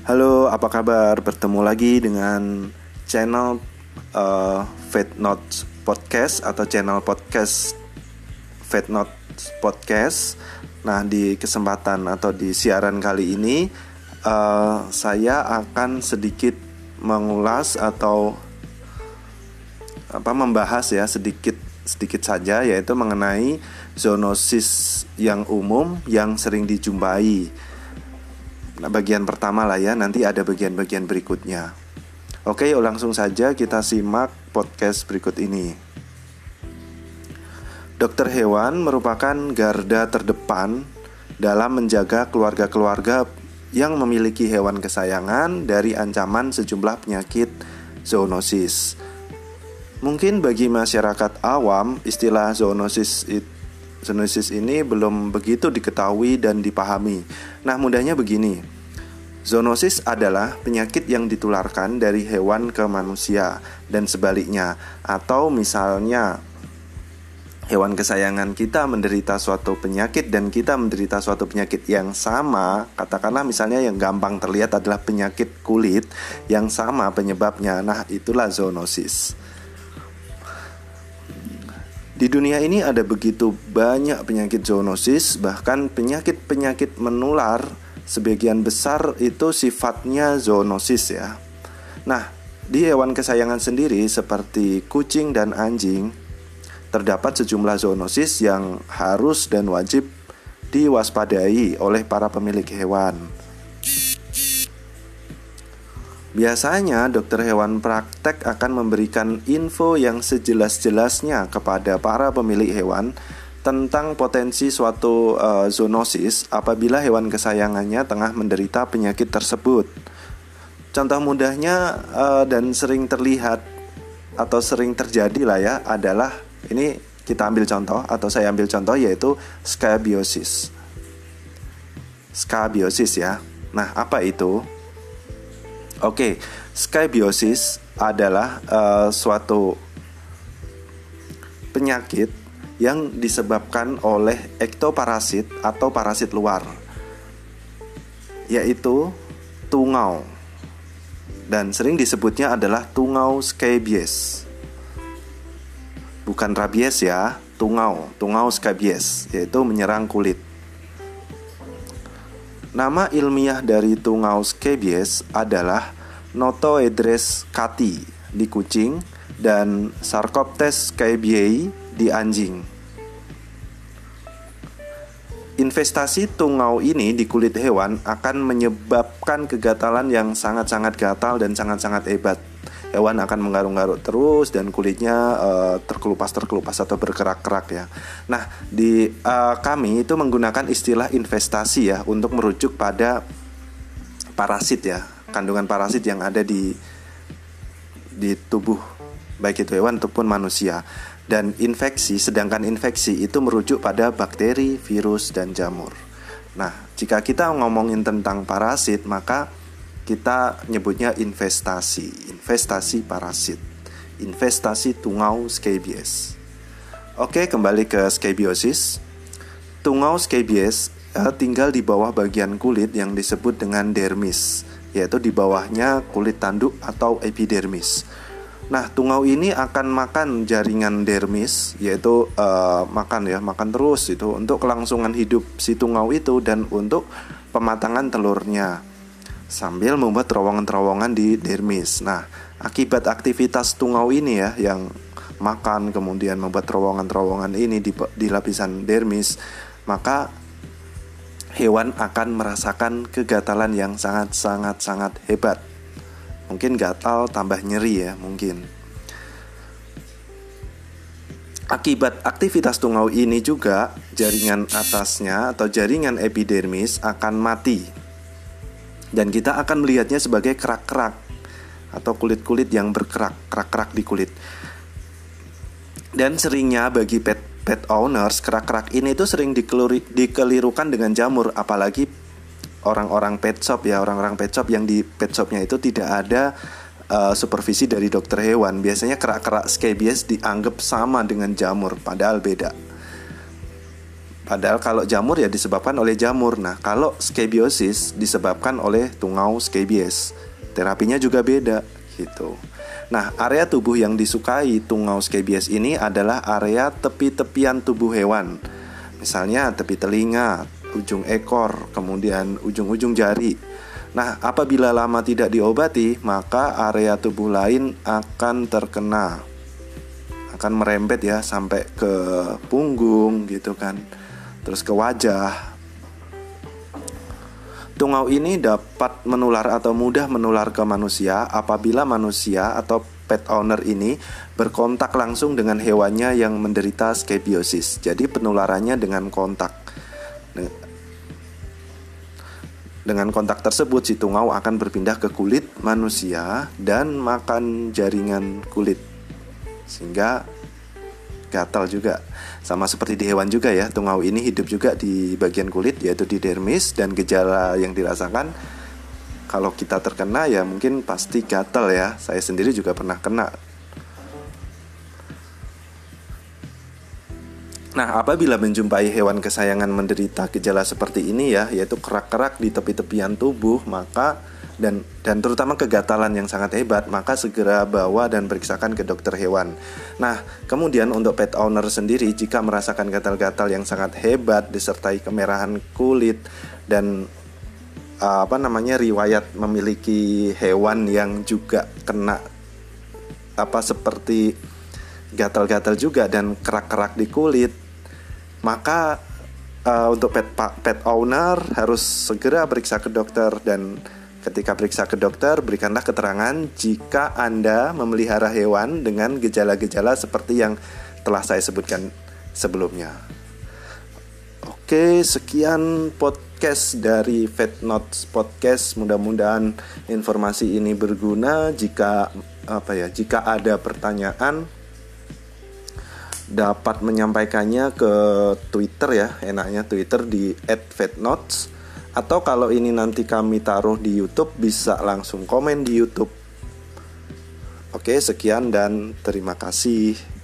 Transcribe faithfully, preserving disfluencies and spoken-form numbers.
Halo, apa kabar? Bertemu lagi dengan channel uh, Vet Notes Podcast atau channel podcast Vet Notes Podcast. Nah, di kesempatan atau di siaran kali ini uh, saya akan sedikit mengulas atau apa membahas ya sedikit sedikit saja, yaitu mengenai zoonosis yang umum yang sering dijumpai. Nah, bagian pertama lah ya, nanti ada bagian-bagian berikutnya. Oke, langsung saja kita simak podcast berikut ini. Dokter hewan merupakan garda terdepan dalam menjaga keluarga-keluarga yang memiliki hewan kesayangan dari ancaman sejumlah penyakit zoonosis. Mungkin bagi masyarakat awam, istilah zoonosis itu Zoonosis ini belum begitu diketahui dan dipahami. Nah, mudahnya begini. Zoonosis adalah penyakit yang ditularkan dari hewan ke manusia dan sebaliknya. Atau misalnya hewan kesayangan kita menderita suatu penyakit dan kita menderita suatu penyakit yang sama. Katakanlah misalnya yang gampang terlihat adalah penyakit kulit yang sama penyebabnya. Nah, itulah zoonosis. Di dunia ini ada begitu banyak penyakit zoonosis, bahkan penyakit-penyakit menular sebagian besar itu sifatnya zoonosis ya. Nah, di hewan kesayangan sendiri seperti kucing dan anjing, terdapat sejumlah zoonosis yang harus dan wajib diwaspadai oleh para pemilik hewan. Biasanya dokter hewan praktek akan memberikan info yang sejelas-jelasnya kepada para pemilik hewan tentang potensi suatu uh, zoonosis apabila hewan kesayangannya tengah menderita penyakit tersebut. Contoh mudahnya uh, dan sering terlihat atau sering terjadi lah ya adalah, ini kita ambil contoh atau saya ambil contoh, yaitu skabiosis. Skabiosis ya. Nah, apa itu? Oke, skabiosis adalah uh, suatu penyakit yang disebabkan oleh ektoparasit atau parasit luar, yaitu tungau, dan sering disebutnya adalah tungau scabies. Bukan rabies ya, tungau, tungau scabies, yaitu menyerang kulit. Nama ilmiah dari tungau scabies adalah Notoedres cati di kucing dan Sarcoptes scabiei di anjing. Investasi tungau ini di kulit hewan akan menyebabkan kegatalan yang sangat-sangat gatal dan sangat-sangat hebat. Hewan akan menggaruk-garuk terus dan kulitnya uh, terkelupas-terkelupas atau berkerak-kerak ya. Nah, di uh, kami itu menggunakan istilah investasi ya untuk merujuk pada parasit ya, kandungan parasit yang ada di di tubuh baik itu hewan ataupun manusia. Dan infeksi, sedangkan infeksi itu merujuk pada bakteri, virus, dan jamur. Nah, jika kita ngomongin tentang parasit, maka kita nyebutnya investasi, investasi parasit, investasi tungau scabies. Oke, kembali ke skabiosis. Tungau scabies eh, tinggal di bawah bagian kulit yang disebut dengan dermis, yaitu di bawahnya kulit tanduk atau epidermis. Nah, tungau ini akan makan jaringan dermis, yaitu uh, makan ya, makan terus itu untuk kelangsungan hidup si tungau itu dan untuk pematangan telurnya, sambil membuat terowongan-terowongan di dermis. Nah, akibat aktivitas tungau ini ya, yang makan kemudian membuat terowongan-terowongan ini di, di lapisan dermis, maka hewan akan merasakan kegatalan yang sangat-sangat-sangat hebat. Mungkin gatal tambah nyeri ya mungkin. Akibat aktivitas tungau ini juga jaringan atasnya atau jaringan epidermis akan mati. Dan kita akan melihatnya sebagai kerak-kerak atau kulit-kulit yang berkerak, kerak-kerak di kulit. Dan seringnya bagi pet, pet owners, kerak-kerak ini itu sering dikeluri, dikelirukan dengan jamur. Apalagi orang-orang pet shop ya, orang-orang pet shop yang di pet shopnya itu tidak ada uh, supervisi dari dokter hewan. Biasanya kerak-kerak scabies dianggap sama dengan jamur, padahal beda. Padahal kalau jamur ya disebabkan oleh jamur. Nah, kalau skebiosis disebabkan oleh tungau scabies. Terapinya juga beda gitu. Nah, area tubuh yang disukai tungau scabies ini adalah area tepi-tepian tubuh hewan. Misalnya tepi telinga, ujung ekor, kemudian ujung-ujung jari. Nah, apabila lama tidak diobati, maka area tubuh lain akan terkena, akan merembet ya sampai ke punggung gitu kan, terus ke wajah. Tungau ini dapat menular atau mudah menular ke manusia apabila manusia atau pet owner ini berkontak langsung dengan hewannya yang menderita skebiosis. Jadi penularannya dengan kontak. Dengan kontak tersebut si tungau akan berpindah ke kulit manusia dan makan jaringan kulit, sehingga gatal juga. Sama seperti di hewan juga ya, tungau ini hidup juga di bagian kulit, yaitu di dermis, dan gejala yang dirasakan kalau kita terkena ya mungkin pasti gatal ya. Saya sendiri juga pernah kena. Nah, apabila menjumpai hewan kesayangan menderita gejala seperti ini ya, yaitu kerak-kerak di tepi-tepian tubuh, maka dan dan terutama kegatalan yang sangat hebat, maka segera bawa dan periksakan ke dokter hewan. Nah, kemudian untuk pet owner sendiri, jika merasakan gatal-gatal yang sangat hebat disertai kemerahan kulit dan uh, apa namanya riwayat memiliki hewan yang juga kena apa seperti gatal-gatal juga dan kerak-kerak di kulit, maka uh, untuk pet pet owner harus segera periksa ke dokter. Dan ketika periksa ke dokter, berikanlah keterangan jika Anda memelihara hewan dengan gejala-gejala seperti yang telah saya sebutkan sebelumnya. Oke, sekian podcast dari Vet Notes Podcast. Mudah-mudahan informasi ini berguna. Jika apa ya, jika ada pertanyaan, dapat menyampaikannya ke Twitter ya, enaknya Twitter di et vetnotes. Atau kalau ini nanti kami taruh di YouTube, bisa langsung komen di YouTube. Oke, sekian dan terima kasih.